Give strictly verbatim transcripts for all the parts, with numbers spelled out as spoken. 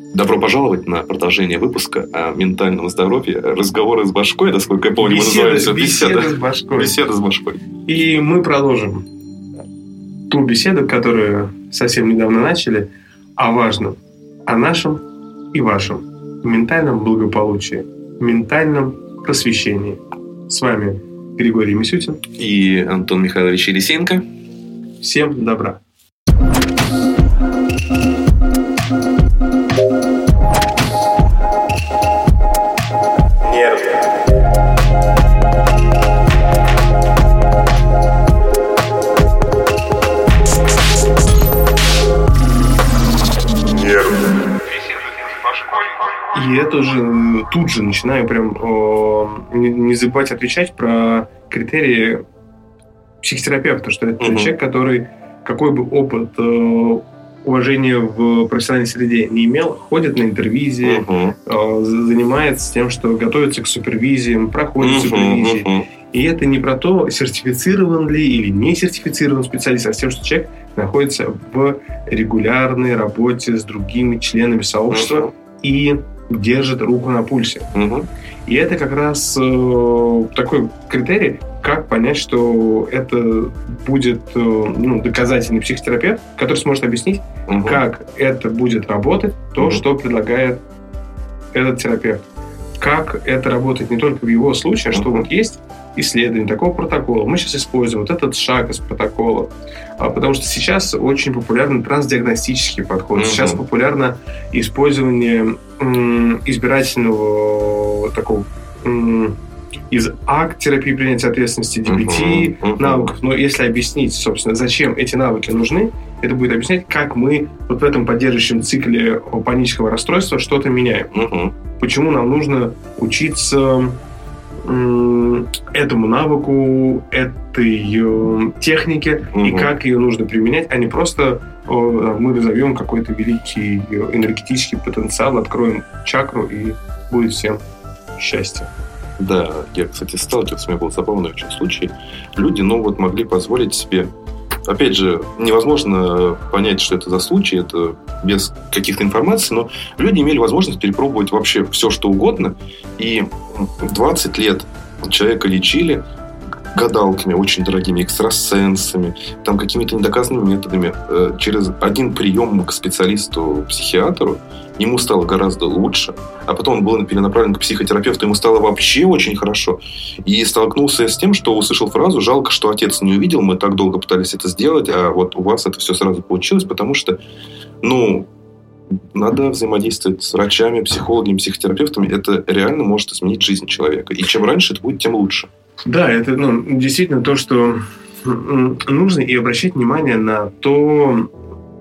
Добро пожаловать на продолжение выпуска о ментальном здоровье. Разговоры с башкой, насколько я помню, беседа, мы называем беседа, беседа с башкой. Беседа с башкой. И мы продолжим ту беседу, которую совсем недавно начали, о важном, о нашем и вашем ментальном благополучии, ментальном просвещении. С вами Григорий Мисютин и Антон Михайлович Елисеенко. Всем добра. И это же тут же начинаю прям о, не, не забывать отвечать про критерии психотерапевта, что это uh-huh. человек, который какой бы опыт э, уважения в профессиональной среде не имел, ходит на интервизии, uh-huh. э, занимается тем, что готовится к супервизиям, проходит uh-huh. супервизии. Uh-huh. И это не про то, сертифицирован ли или не сертифицирован специалист, а с тем, что человек находится в регулярной работе с другими членами сообщества uh-huh. и держит руку на пульсе. Угу. И это как раз э, такой критерий, как понять, что это будет э, ну, доказательный психотерапевт, который сможет объяснить, угу. как это будет работать, то, угу. что предлагает этот терапевт. Как это работает не только в его случае, а что угу. вот есть исследование такого протокола. Мы сейчас используем вот этот шаг из протокола, потому что сейчас очень популярны трансдиагностические подходы. Mm-hmm. Сейчас популярно использование м, избирательного такого м, из акт терапии принятия ответственности, ди би ти mm-hmm. Mm-hmm. навыков. Но если объяснить, собственно, зачем эти навыки нужны, это будет объяснять, как мы вот в этом поддерживающем цикле панического расстройства что-то меняем. Mm-hmm. Почему нам нужно учиться этому навыку, этой технике угу. и как ее нужно применять, а не просто мы разовьем какой-то великий энергетический потенциал, откроем чакру и будет всем счастье. Да, я, кстати, сталкивался, у меня был забавный очень случай. Люди, ну вот, могли позволить себе. Опять же, невозможно понять, что это за случай, это без каких-то информаций, но люди имели возможность перепробовать вообще все, что угодно. И двадцать лет человека лечили гадалками, очень дорогими, экстрасенсами, там какими-то недоказанными методами. Через один прием к специалисту-психиатру ему стало гораздо лучше, а потом он был перенаправлен к психотерапевту, ему стало вообще очень хорошо. И столкнулся я с тем, что услышал фразу: «Жалко, что отец не увидел, мы так долго пытались это сделать, а вот у вас это все сразу получилось», потому что, ну, надо взаимодействовать с врачами, психологами, психотерапевтами. Это реально может изменить жизнь человека. И чем раньше это будет, тем лучше. Да, это ну, действительно то, что нужно, и обращать внимание на то,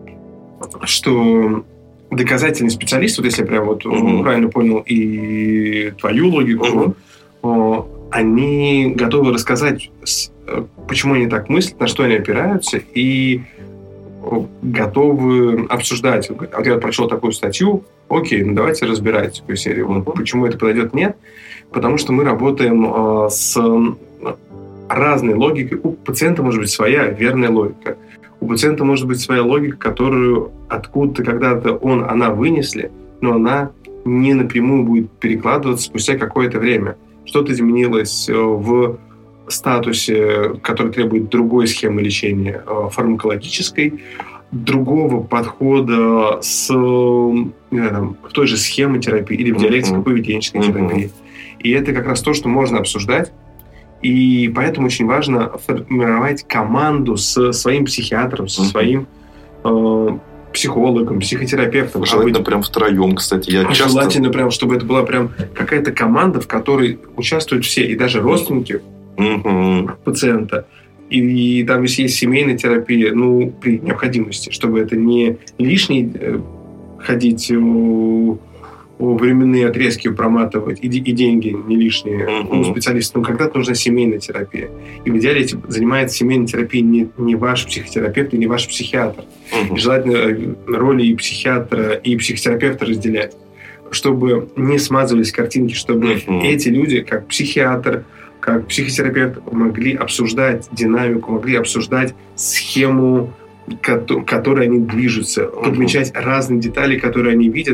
что доказательный специалист, вот если я прям вот uh-huh. правильно понял и твою логику, uh-huh. они готовы рассказать, почему они так мыслят, на что они опираются, и готовы обсуждать. Вот я прочел такую статью, окей, ну давайте разбирать такую серию. Uh-huh. Почему это подойдет? Нет. Потому что мы работаем э, с разной логикой. У пациента может быть своя верная логика. У пациента может быть своя логика, которую откуда-то когда-то он, она вынесли, но она не напрямую будет перекладываться спустя какое-то время. Что-то изменилось в статусе, который требует другой схемы лечения, фармакологической, другого подхода с, не знаю, там, в той же схеме терапии или в диалектико-поведенческой uh-huh. терапии. И это как раз то, что можно обсуждать. И поэтому очень важно формировать команду со своим психиатром, со uh-huh. своим э, психологом, психотерапевтом. Желательно а прям втроем, кстати. Я часто... Желательно прям, чтобы это была прям какая-то команда, в которой участвуют все, и даже родственники uh-huh. пациента. И, и там, если есть семейная терапия, ну, при необходимости, чтобы это не лишний э, ходить у, у временные отрезки проматывать, и, и деньги не лишние uh-huh. у специалиста. Но когда-то нужна семейная терапия. И в идеале этим занимается семейной терапией не, не ваш психотерапевт и не ваш психиатр. Uh-huh. И желательно роли и психиатра, и психотерапевта разделять, чтобы не смазывались картинки, чтобы uh-huh. эти люди, как психиатр, как психотерапевт, могли обсуждать динамику, могли обсуждать схему, к которой они движутся, uh-huh. подмечать разные детали, которые они видят,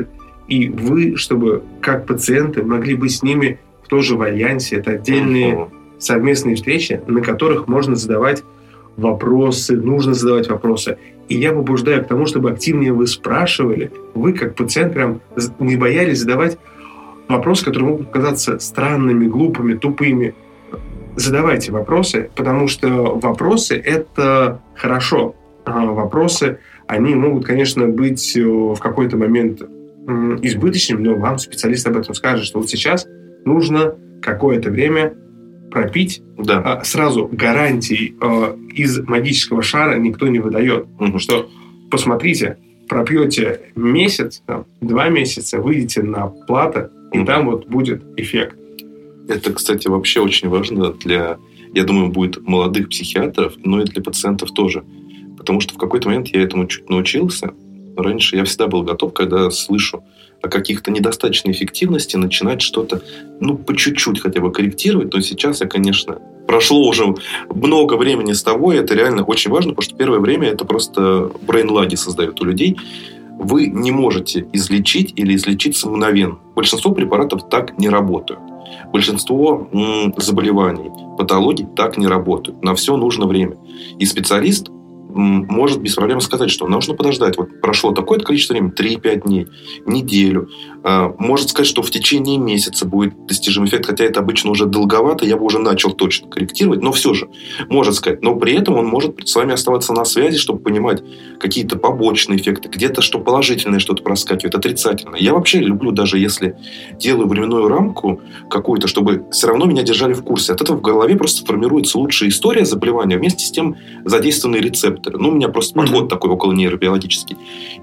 И вы, чтобы как пациенты могли быть с ними в том же в альянсе, это отдельные uh-huh. совместные встречи, на которых можно задавать вопросы, нужно задавать вопросы. И я побуждаю к тому, чтобы активнее вы спрашивали, вы как пациент прям не боялись задавать вопросы, которые могут казаться странными, глупыми, тупыми. Задавайте вопросы, потому что вопросы – это хорошо. А вопросы, они могут, конечно, быть в какой-то момент избыточными, но вам специалист об этом скажет, что вот сейчас нужно какое-то время пропить. Да. Сразу гарантий из магического шара никто не выдает. Угу. Что, посмотрите, пропьете месяц, там, два месяца, выйдете на плату, и угу. там вот будет эффект. Это, кстати, вообще очень важно для, я думаю, будет молодых психиатров, но и для пациентов тоже. Потому что в какой-то момент я этому чуть научился. Раньше я всегда был готов, когда слышу о каких-то недостаточной эффективности, начинать что-то, ну, по чуть-чуть хотя бы корректировать. Но сейчас я, конечно, прошло уже много времени с того, и это реально очень важно, потому что первое время это просто брейн-лаги создает у людей. Вы не можете излечить или излечиться мгновенно. Большинство препаратов так не работают. Большинство м, заболеваний, патологий так не работают. На все нужно время. И специалист м, может без проблем сказать, что нужно подождать. Вот прошло такое-то количество времени, три-пять дней, неделю. А, может сказать, что в течение месяца будет достижим эффект, хотя это обычно уже долговато, я бы уже начал точно корректировать, но все же может сказать. Но при этом он может с вами оставаться на связи, чтобы понимать какие-то побочные эффекты, где-то что положительное что-то проскакивает, отрицательное. Я вообще люблю, даже если делаю временную рамку какую-то, чтобы все равно меня держали в курсе. От этого в голове просто формируется лучшая история заболевания, вместе с тем задействованные рецепторы. Ну, у меня просто mm-hmm. подход такой около нейробиологический.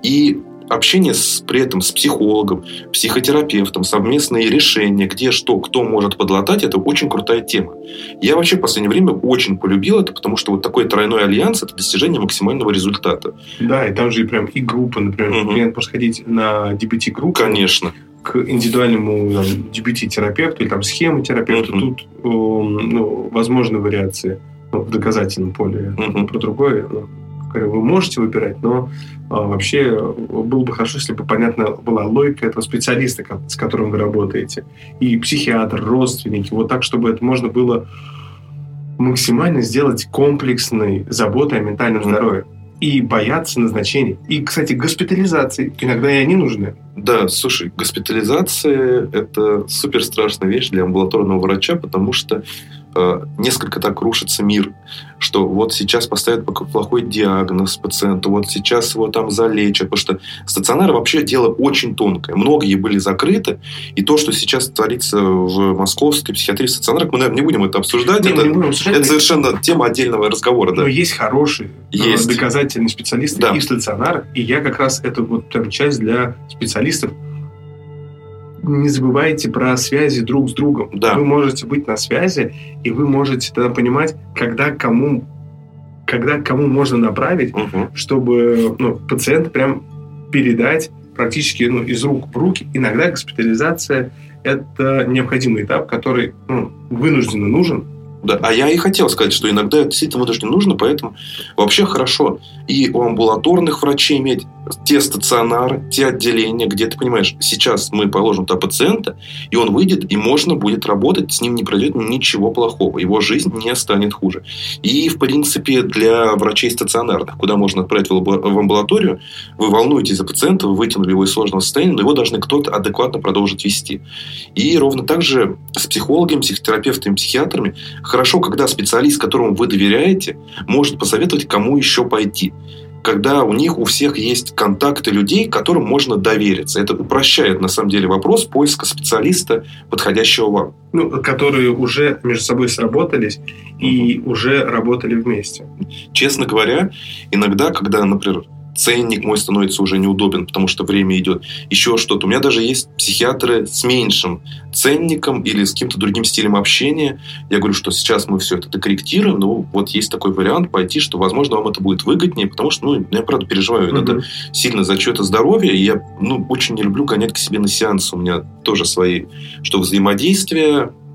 И общение с, при этом с психологом, психотерапевтом, совместные решения, где что, кто может подлатать, это очень крутая тема. Я вообще в последнее время очень полюбил это, потому что вот такой тройной альянс – это достижение максимального результата. Да, и там же и прям и группа, например, угу. мне надо просто ходить на ди би ти-группу. Конечно. К индивидуальному там, ди би ти-терапевту или там схемотерапевту. Угу. Тут э, ну, возможны вариации ну, в доказательном поле. Угу. Про другое ну, вы можете выбирать, но а, вообще было бы хорошо, если бы понятна была логика этого специалиста, с которым вы работаете. И психиатр, родственники. Вот так, чтобы это можно было максимально сделать комплексной заботой о ментальном здоровье. И бояться назначений. И, кстати, госпитализации. Иногда и они нужны. Да, слушай, госпитализация – это супер страшная вещь для амбулаторного врача, потому что э, несколько так рушится мир, что вот сейчас поставят плохой диагноз пациенту, вот сейчас его там залечат, потому что стационары вообще дело очень тонкое. Многие были закрыты, и то, что сейчас творится в московской психиатрии в стационарах, мы, наверное, не будем это обсуждать. Не, это, не будем обсуждать это совершенно тема отдельного разговора. Но да. есть хорошие есть. доказательные специалисты да. и в стационарах, и я как раз это вот прям часть для специалистов. Не забывайте про связи друг с другом. Да. Вы можете быть на связи, и вы можете тогда понимать, когда кому, когда кому можно направить, угу. чтобы ну, пациента прям передать практически ну, из рук в руки. Иногда госпитализация – это необходимый этап, который ну, вынужденно нужен. Да, а я и хотел сказать, что иногда это действительно вынужденно нужно, поэтому вообще хорошо и у амбулаторных врачей иметь те стационары, те отделения, где ты понимаешь, сейчас мы положим туда пациента, и он выйдет, и можно будет работать, с ним не произойдет ничего плохого, его жизнь не станет хуже. И, в принципе, для врачей стационарных, куда можно отправить в амбулаторию, вы волнуетесь за пациента, вы вытянули его из сложного состояния, но его должны кто-то адекватно продолжить вести. И ровно так же с психологами, психотерапевтами, психиатрами хорошо, когда специалист, которому вы доверяете, может посоветовать, кому еще пойти. Когда у них у всех есть контакты людей, которым можно довериться. Это упрощает, на самом деле, вопрос поиска специалиста, подходящего вам. Ну, которые уже между собой сработались и mm-hmm. уже работали вместе. Честно говоря, иногда, когда, например, ценник мой становится уже неудобен, потому что время идет, еще что-то. У меня даже есть психиатры с меньшим ценником или с каким-то другим стилем общения. Я говорю, что сейчас мы все это докорректируем, но вот есть такой вариант пойти, что, возможно, вам это будет выгоднее, потому что, ну, я, правда, переживаю иногда mm-hmm. сильно за чье-то здоровье, и я, ну, очень не люблю гонять к себе на сеансы. У меня тоже свои, что взаимодействие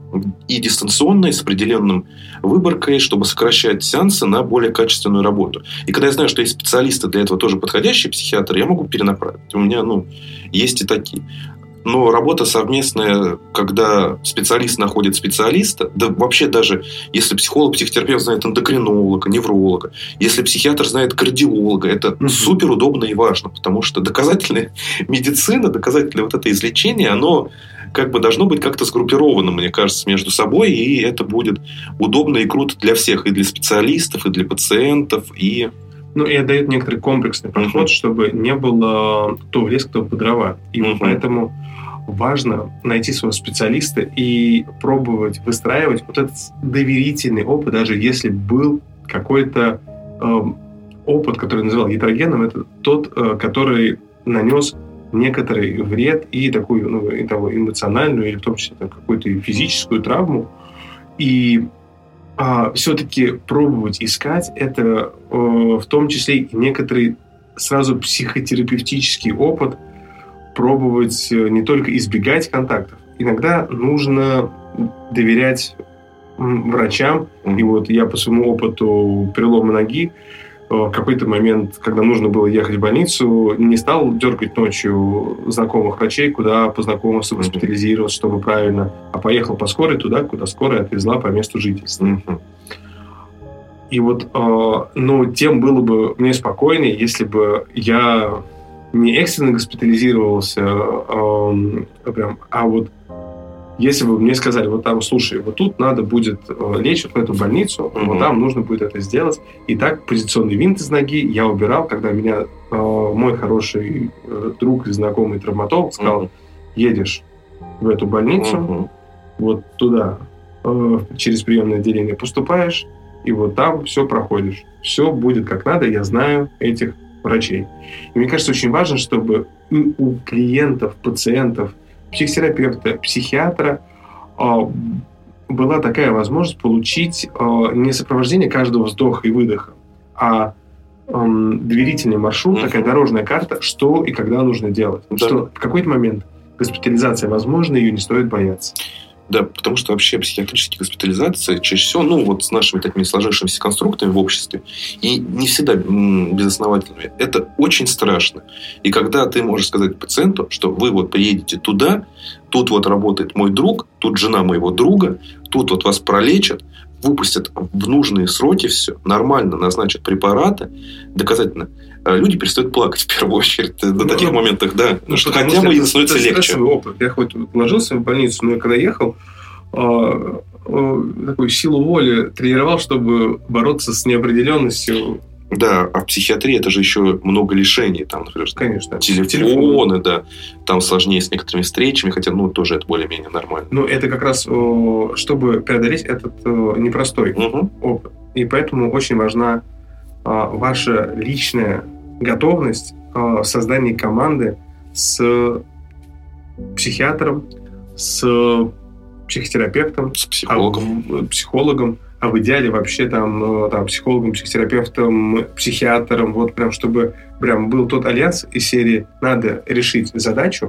и дистанционной, с определенным выборкой, чтобы сокращать сеансы на более качественную работу. И когда я знаю, что есть специалисты для этого тоже подходящие, психиатры, я могу перенаправить. У меня, ну, есть и такие. Но работа совместная, когда специалист находит специалиста, да вообще даже если психолог, психотерапевт знает эндокринолога, невролога, если психиатр знает кардиолога, это mm-hmm. супер удобно и важно, потому что доказательная медицина, доказательное вот это излечение, оно как бы должно быть как-то сгруппировано, мне кажется, между собой, и это будет удобно и круто для всех, и для специалистов, и для пациентов, и... Ну, и отдает некоторый комплексный подход, mm-hmm. чтобы не было кто в лес, кто по дрова. И mm-hmm. поэтому важно найти своего специалиста и пробовать выстраивать вот этот доверительный опыт, даже если был какой-то э, опыт, который я называл ятрогенным, это тот, э, который нанес некоторый вред и такую, ну, и того, эмоциональную, или в том числе там, какую-то физическую травму. И а, все-таки пробовать искать это э, в том числе и некоторый сразу психотерапевтический опыт, пробовать не только избегать контактов. Иногда нужно доверять врачам. Mm-hmm. И вот я по своему опыту перелома ноги в какой-то момент, когда нужно было ехать в больницу, не стал дергать ночью знакомых врачей, куда познакомился, госпитализироваться, чтобы правильно, а поехал по скорой туда, куда скорая отвезла по месту жительства. Mm-hmm. И вот, ну, тем было бы мне спокойнее, если бы я не экстренно госпитализировался, а, прям, а вот если бы мне сказали, вот там, слушай, вот тут надо будет лечь вот в эту больницу, mm-hmm. вот там нужно будет это сделать. И так позиционный винт из ноги я убирал, когда меня а, мой хороший друг и знакомый травматолог сказал, mm-hmm. едешь в эту больницу, mm-hmm. вот туда, а, через приемное отделение поступаешь, и вот там все проходишь. Все будет как надо, я знаю этих врачей. И мне кажется, очень важно, чтобы и у клиентов, пациентов, психотерапевта, психиатра э, была такая возможность получить э, не сопровождение каждого вздоха и выдоха, а э, доверительный маршрут, mm-hmm. такая дорожная карта, что и когда нужно делать. Да. Что в какой-то момент госпитализация возможна, ее не стоит бояться. Да, потому что вообще психиатрические госпитализации чаще всего, ну, вот с нашими такими сложившимися конструктами в обществе, и не всегда безосновательными, это очень страшно. И когда ты можешь сказать пациенту, что вы вот приедете туда, тут вот работает мой друг, тут жена моего друга, тут вот вас пролечат, выпустят в нужные сроки все, нормально назначат препараты, доказательно, люди перестают плакать в первую очередь. На ну, таких моментах, да. Ну, что хотя бы им становится легче. Опыт. Я хоть ложился в больницу, но я когда ехал, э, э, такую силу воли тренировал, чтобы бороться с неопределенностью. Да, а в психиатрии это же еще много лишений. Там, например, конечно, телефоны, телефоны, да. Там сложнее с некоторыми встречами, хотя, ну, тоже это более-менее нормально. Ну, это как раз, э, чтобы преодолеть этот э, непростой угу. опыт. И поэтому очень важна э, ваша личная готовность э, создания команды с психиатром, с психотерапевтом, с психологом. А, психологом, а в идеале вообще там, там психологом, психотерапевтом, психиатром, вот прям, чтобы прям был тот альянс из серии «надо решить задачу»,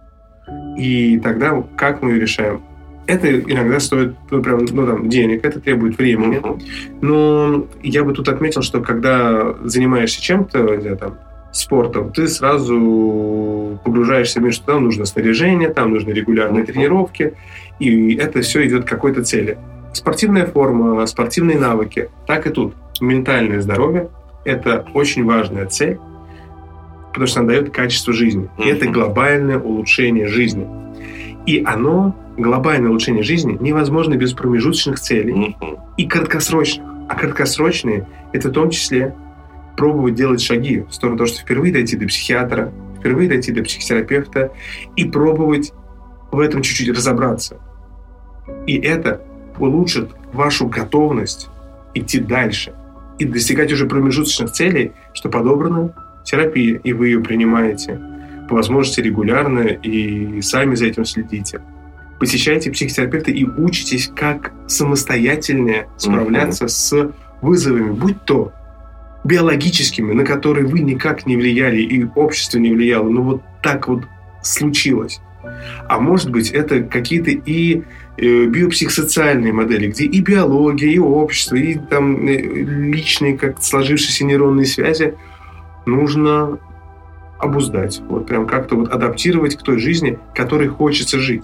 и тогда как мы ее решаем? Это иногда стоит ну, прям, ну, там, денег, это требует времени. Uh-huh. Но я бы тут отметил, что когда занимаешься чем-то, не знаю, там, спортом, ты сразу погружаешься в мир, что там нужно снаряжение, там нужны регулярные uh-huh. тренировки, и это все идет к какой-то цели. Спортивная форма, спортивные навыки, так и тут. Ментальное здоровье – это очень важная цель, потому что она дает качество жизни. Uh-huh. И это глобальное улучшение жизни. И оно, глобальное улучшение жизни, невозможно без промежуточных целей mm-hmm. и краткосрочных. А краткосрочные – это в том числе пробовать делать шаги в сторону того, что впервые дойти до психиатра, впервые дойти до психотерапевта и пробовать в этом чуть-чуть разобраться. И это улучшит вашу готовность идти дальше и достигать уже промежуточных целей, что подобрана терапия, и вы ее принимаете по возможности регулярно и сами за этим следите. Посещайте психотерапевта и учитесь, как самостоятельнее справляться mm-hmm. с вызовами, будь то биологическими, на которые вы никак не влияли, и общество не влияло, но вот так вот случилось. А может быть, это какие-то и биопсихосоциальные модели, где и биология, и общество, и там личные, как сложившиеся нейронные связи нужно обуздать. Вот прям как-то вот адаптировать к той жизни, которой хочется жить.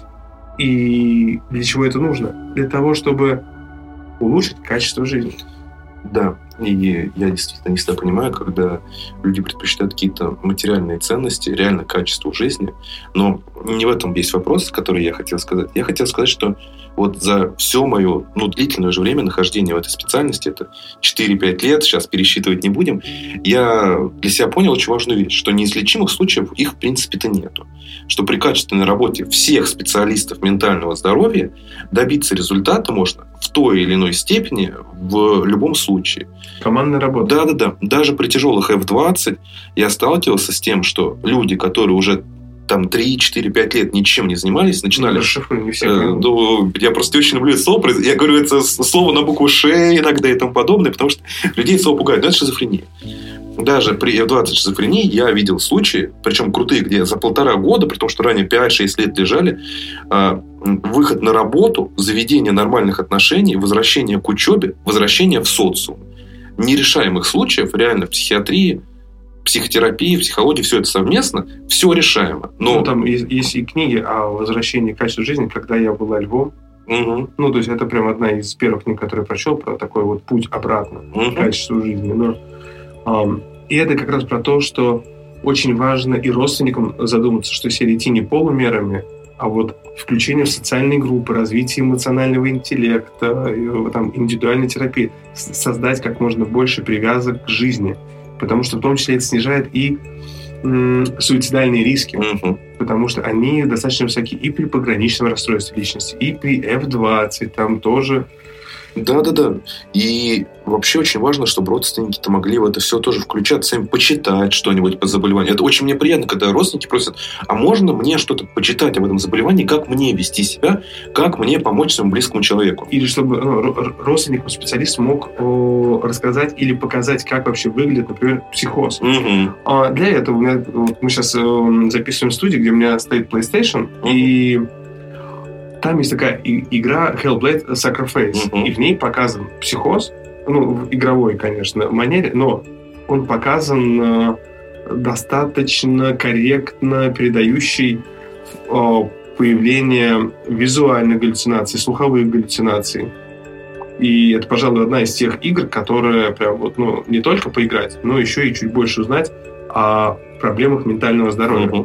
И для чего это нужно? Для того, чтобы улучшить качество жизни. Да, и я действительно не всегда понимаю, когда люди предпочитают какие-то материальные ценности, реально качеству жизни. Но не в этом весь вопрос, который я хотел сказать. Я хотел сказать, что вот за все мое ну, длительное же время нахождения в этой специальности, это четыре-пять лет, сейчас пересчитывать не будем, я для себя понял очень важную вещь, что неизлечимых случаев их в принципе-то нету. Что при качественной работе всех специалистов ментального здоровья добиться результата можно в той или иной степени в любом случае. Командная работа. Да-да-да. Даже при тяжелых эф двадцать я сталкивался с тем, что люди, которые уже там три, четыре, пять лет ничем не занимались, начинали... Расшифруй, не все э, ну, я просто очень люблю это слово. Я говорю, это слово на букву Ш иногда и тому подобное, потому что людей слово пугает. Но это шизофрения. Даже при эф двадцать шизофрении я видел случаи, причем крутые, где за полтора года, при том, что ранее пять-шесть лет лежали, выход на работу, заведение нормальных отношений, возвращение к учебе, возвращение в социум. Нерешаемых случаев реально в психиатрии, психотерапии, психологии, все это совместно, все решаемо. Но... Ну, там есть, есть и книги о возвращении к качеству жизни, когда я была львом. Угу. Ну, то есть это прям одна из первых книг, которую я прочел, про такой вот путь обратно угу. к качеству жизни. Но, um, и это как раз про то, что очень важно и родственникам задуматься, что если идти не полумерами, а вот включение в социальные группы, развитие эмоционального интеллекта, там, индивидуальной терапии, создать как можно больше привязок к жизни. Потому что в том числе это снижает и м, суицидальные риски. Угу. Потому что они достаточно высоки и при пограничном расстройстве личности, и при эф двадцать, там тоже. Да-да-да. И вообще очень важно, чтобы родственники-то могли в это все тоже включаться, им почитать что-нибудь по заболеванию. Это очень мне приятно, когда родственники просят, а можно мне что-то почитать об этом заболевании, как мне вести себя, как мне помочь своему близкому человеку. Или чтобы ну, родственник, специалист мог о, рассказать или показать, как вообще выглядит, например, психоз. Угу. А для этого у меня, вот мы сейчас э, записываем студию, где у меня стоит PlayStation, угу. и там есть такая игра Hellblade Sacrifice, uh-huh. и в ней показан психоз, ну, в игровой, конечно, манере, но он показан э, достаточно корректно передающий э, появление визуальных галлюцинаций, слуховых галлюцинаций. И это, пожалуй, одна из тех игр, которая прям вот, ну, не только поиграть, но еще и чуть больше узнать о проблемах ментального здоровья. Uh-huh.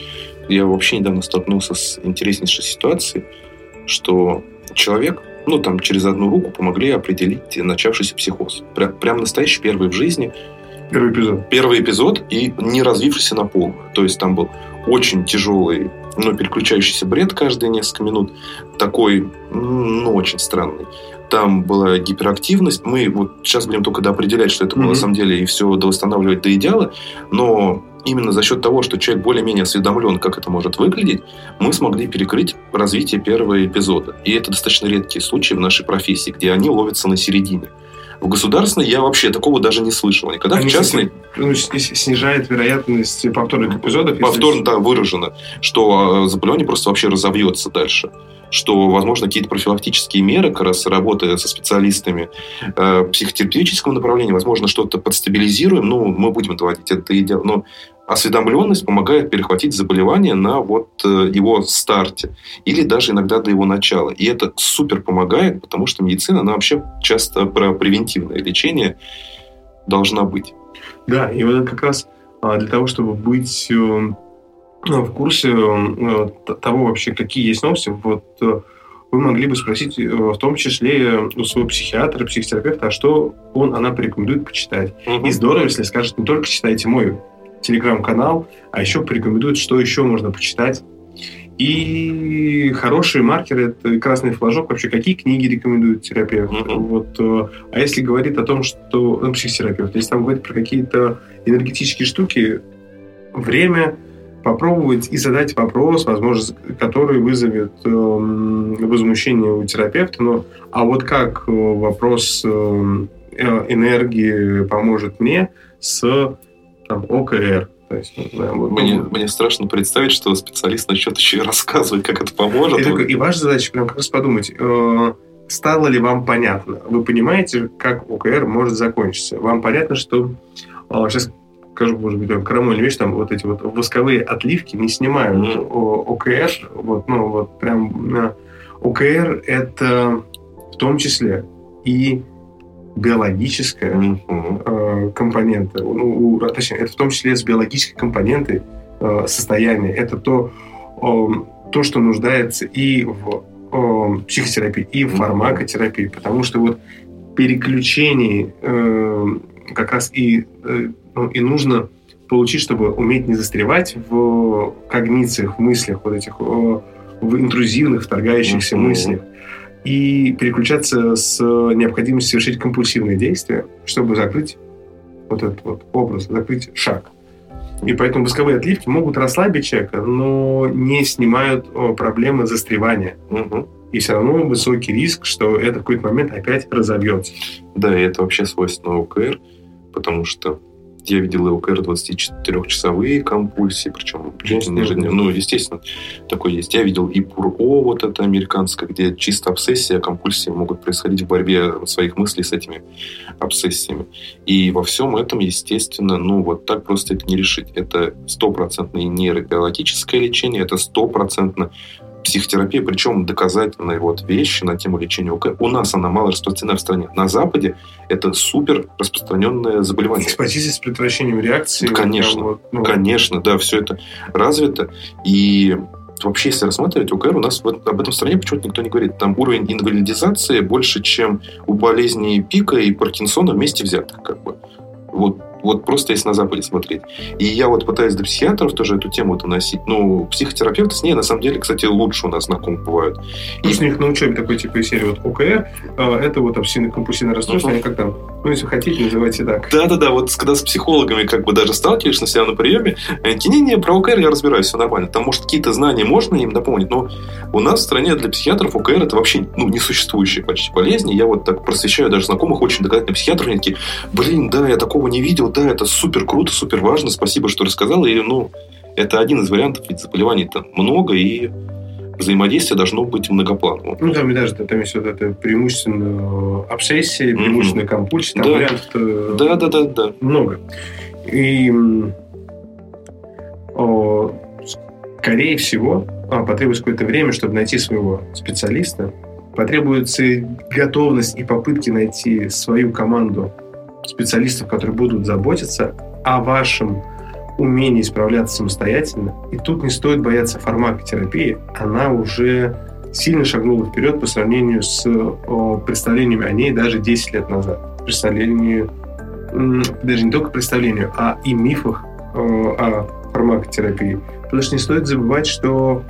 Я вообще недавно столкнулся с интереснейшей ситуацией, что человек, ну, там, через одну руку помогли определить начавшийся психоз. Прям, прям настоящий первый в жизни. Первый эпизод. Первый эпизод и не развившийся на полную. То есть, там был очень тяжелый, ну, переключающийся бред каждые несколько минут. Такой, ну, очень странный. Там была гиперактивность. Мы вот сейчас будем только доопределять, что это было mm-hmm. на самом деле, и все довосстанавливать до идеала. Но именно за счет того, что человек более-менее осведомлен, как это может выглядеть, мы смогли перекрыть развитие первого эпизода. И это достаточно редкие случаи в нашей профессии, где они ловятся на середине. В государственной я вообще такого даже не слышал никогда. Они, в частной... Ну, снижает вероятность повторных эпизодов. Повторно, если... да, выражено, что заболевание просто вообще разовьется дальше. Что, возможно, какие-то профилактические меры, как раз работая со специалистами э, психотерапевтического направления, возможно, что-то подстабилизируем. Ну, мы будем доводить это и дело. Но осведомленность помогает перехватить заболевание на вот э, его старте. Или даже иногда до его начала. И это супер помогает, потому что медицина, она вообще часто про превентивное лечение должна быть. Да, и вот как раз для того, чтобы быть... в курсе того вообще, какие есть новости, вот вы могли бы спросить в том числе у своего психиатра, психотерапевта, а что он, она порекомендует почитать. Mm-hmm. И здорово, если скажет, не только читайте мой телеграм-канал, а еще порекомендует, что еще можно почитать. И хорошие маркеры – это красный флажок. Вообще, какие книги рекомендует терапевт? Mm-hmm. Вот. А если говорит о том, что... Ну, психотерапевт. Если там говорит про какие-то энергетические штуки, время... попробовать и задать вопрос, возможно, который вызовет э, возмущение у терапевта. Но, а вот как вопрос э, энергии поможет мне с там, о ка эр? То есть, да, вот, мне, ну, мне страшно представить, что специалист начнет еще и рассказывать, как это поможет. И, такой, и ваша задача прям как раз подумать, э, стало ли вам понятно? Вы понимаете, как ОКР может закончиться? Вам понятно, что... Э, сейчас скажу, может быть, крамольную вещь, там вот эти вот восковые отливки не снимают mm-hmm. ОКР. Вот, ну, вот прям... Э, ОКР – это в том числе и биологическая mm-hmm. э, компонента. Ну, точнее, это в том числе с биологической компонентой э, состояния. Это то, э, то, что нуждается и в э, психотерапии, и в фармакотерапии. Потому что вот переключение э, как раз и, э, ну, и нужно получить, чтобы уметь не застревать в когнициях, в мыслях, вот этих, э, в интрузивных, вторгающихся mm-hmm. мыслях. И переключаться с необходимостью совершить компульсивные действия, чтобы закрыть вот этот вот образ, закрыть шаг. И поэтому восковые отливки могут расслабить человека, но не снимают о, проблемы застревания. Угу. И все равно высокий риск, что это в какой-то момент опять разобьется. Да, и это вообще свойственно ОКР, потому что я видел и ОКР двадцатичетырёхчасовые компульсии, причем чуть ли не ежедневно. Ну, естественно, такой есть. Я видел и ПУРО, вот это американское, где чисто обсессия, компульсии могут происходить в борьбе своих мыслей с этими обсессиями. И во всем этом, естественно, ну, вот так просто это не решить. Это стопроцентное нейробиологическое лечение, это стопроцентно психотерапия, причем доказательные вот вещи на тему лечения ОКР. У нас она мало распространена в стране. На Западе это супер распространенное заболевание. Экспозиция с предотвращением реакции. Конечно, вот, ну... конечно, да, все это развито. И вообще, если рассматривать ОКР, у нас вот об этом в стране почему-то никто не говорит. Там уровень инвалидизации больше, чем у болезней Пика и Паркинсона вместе взятых. Как бы. Вот. Вот просто если на Западе смотреть. И я вот пытаюсь до психиатров тоже эту тему доносить. Ну, психотерапевты с ней, на самом деле, кстати, лучше у нас знакомы бывают. Ну, и... с них на учебе такой типа из серии вот ОКР, это вот обсессивно-компульсивное расстройство, uh-huh. они как там, ну, если хотите, называйте так. Да-да-да, вот когда с психологами как бы даже сталкиваешься на себя на приеме, не-не, про ОКР я разбираюсь, все нормально. Там, может, какие-то знания можно им дополнить, но у нас в стране для психиатров ОКР это вообще, ну, несуществующая почти болезнь. Я вот так просвещаю даже знакомых, очень доказательных психиатров, они такие, блин, да, я такого не видел, да, это супер круто, супер важно, спасибо, что рассказал. И, ну, это один из вариантов, ведь заболеваний-то много, и взаимодействие должно быть многоплановым. Ну, там и даже там есть вот это преимущественно обсессия, преимущественно mm-hmm. компульсия, там да. вариантов да, да, да, да. много. И о, скорее всего, а, потребуется какое-то время, чтобы найти своего специалиста. Потребуется готовность и попытки найти свою команду специалистов, которые будут заботиться о вашем умении справляться самостоятельно. И тут не стоит бояться фармакотерапии. Она уже сильно шагнула вперед по сравнению с о, представлениями о ней даже десять лет назад. Представлению, даже не только представлению, а и мифах о, о фармакотерапии. Потому что не стоит забывать, что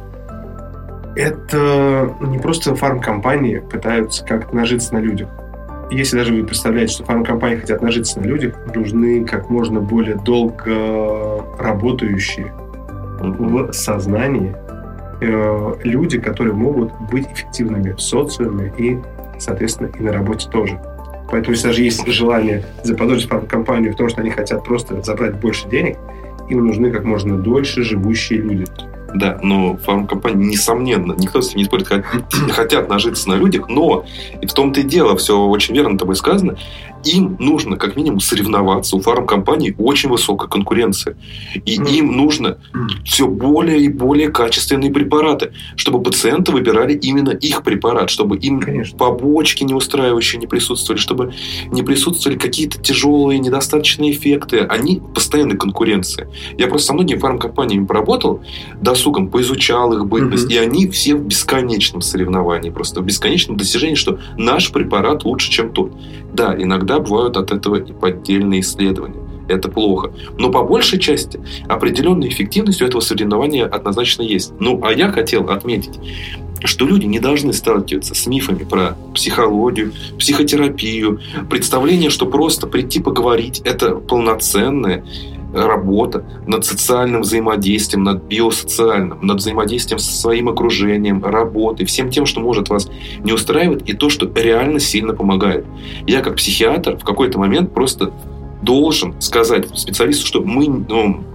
это не просто фармкомпании пытаются как-то нажиться на людях. Если даже вы представляете, что фармкомпании хотят нажиться на людях, нужны как можно более долго работающие в сознании э, люди, которые могут быть эффективными в социуме и, соответственно, и на работе тоже. Поэтому, если даже есть желание заподозрить фармкомпанию в том, что они хотят просто забрать больше денег, им нужны как можно дольше живущие люди. Да, но фармкомпании, несомненно, никто с этим не спорит, хотят нажиться на людях, но и в том-то и дело, все очень верно тобой сказано, им нужно как минимум соревноваться. У фармкомпаний очень высокая конкуренция. И mm. им нужно все более и более качественные препараты, чтобы пациенты выбирали именно их препарат, чтобы им Конечно. побочки неустраивающие не присутствовали, чтобы не присутствовали какие-то тяжелые, недостаточные эффекты. Они в постоянной конкуренции. Я просто со многими фармкомпаниями поработал, досугом поизучал их бытность, mm-hmm. и они все в бесконечном соревновании, просто в бесконечном достижении, что наш препарат лучше, чем тот. Да, иногда бывают от этого и поддельные исследования. Это плохо. Но по большей части определенная эффективность у этого соревнования однозначно есть. Ну, а я хотел отметить, что люди не должны сталкиваться с мифами про психологию, психотерапию, представление, что просто прийти поговорить – это полноценная работа над социальным взаимодействием, над биосоциальным, над взаимодействием со своим окружением, работой, всем тем, что может вас не устраивать, и то, что реально сильно помогает. Я как психиатр в какой-то момент просто должен сказать специалисту, что мы, ну,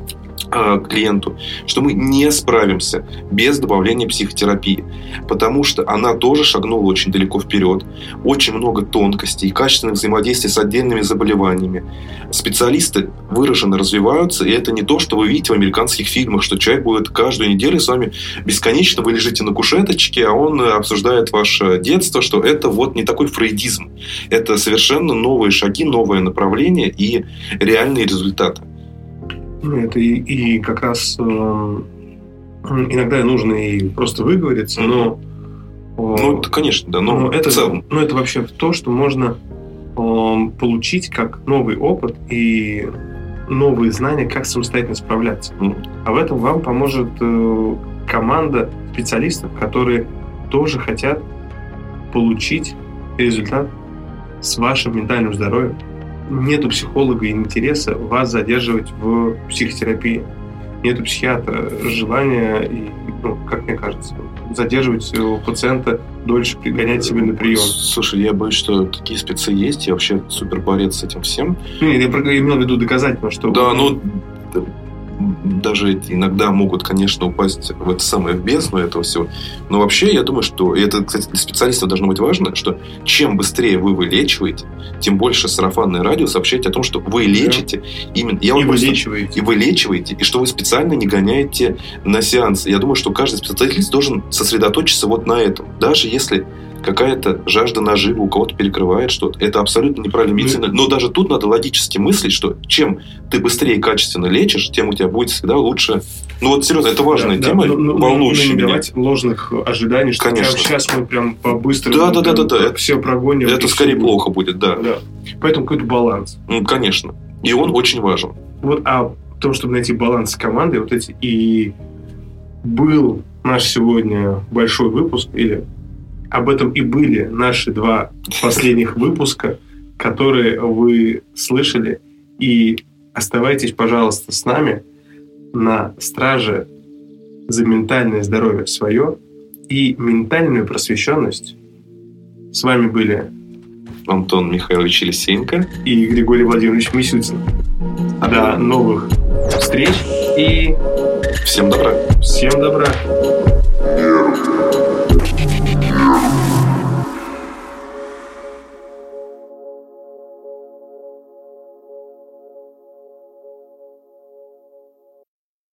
клиенту, что мы не справимся без добавления психотерапии, потому что она тоже шагнула очень далеко вперед, очень много тонкостей, качественных взаимодействий с отдельными заболеваниями. Специалисты выраженно развиваются, и это не то, что вы видите в американских фильмах, что человек будет каждую неделю с вами бесконечно, вы лежите на кушеточке, а он обсуждает ваше детство, что это вот не такой фрейдизм. Это совершенно новые шаги, новое направление и реальные результаты. Это и, и как раз э, иногда нужно и просто выговориться, но... Э, ну, это, конечно, да, но, но это, в целом. Но это вообще то, что можно э, получить как новый опыт и новые знания, как самостоятельно справляться. Mm. А в этом вам поможет э, команда специалистов, которые тоже хотят получить результат с вашим ментальным здоровьем. Нету психолога и интереса вас задерживать в психотерапии. Нету психиатра желания, и, ну, как мне кажется, задерживать пациента дольше, пригонять себе на прием. Слушай, я боюсь, что такие спецы есть. Я вообще супер борец с этим всем. Ну, я имел в виду доказательно, что... Да, ну... даже иногда могут, конечно, упасть в это самое в бездну этого всего. Но вообще, я думаю, что... И это, кстати, для специалистов должно быть важно, что чем быстрее вы вылечиваете, тем больше сарафанное радио сообщаете о том, что вы лечите. Да. Именно, я и вылечиваете. И вылечиваете, и что вы специально не гоняете на сеансы. Я думаю, что каждый специалист должен сосредоточиться вот на этом. Даже если какая-то жажда наживы у кого-то перекрывает что-то. Это абсолютно неправильная медицина. Но даже тут надо логически мыслить, что чем ты быстрее и качественно лечишь, тем у тебя будет всегда лучше. Ну вот серьезно, это важная да, тема, да, волнующая меня. Не давать ложных ожиданий, что конечно. Сейчас мы прям по-быстрому да, да, да, да, да. все прогоним. Это скорее будет. Плохо будет, да. да. Поэтому какой-то баланс. Ну, конечно. И он очень важен. Вот, а в том, чтобы найти баланс с командой, вот эти и был наш сегодня большой выпуск, или об этом и были наши два последних выпуска, которые вы слышали. И оставайтесь, пожалуйста, с нами на страже за ментальное здоровье свое и ментальную просвещенность. С вами были Антон Михайлович Елисеенко и Григорий Владимирович Мисютин. До новых встреч и всем добра. Всем добра.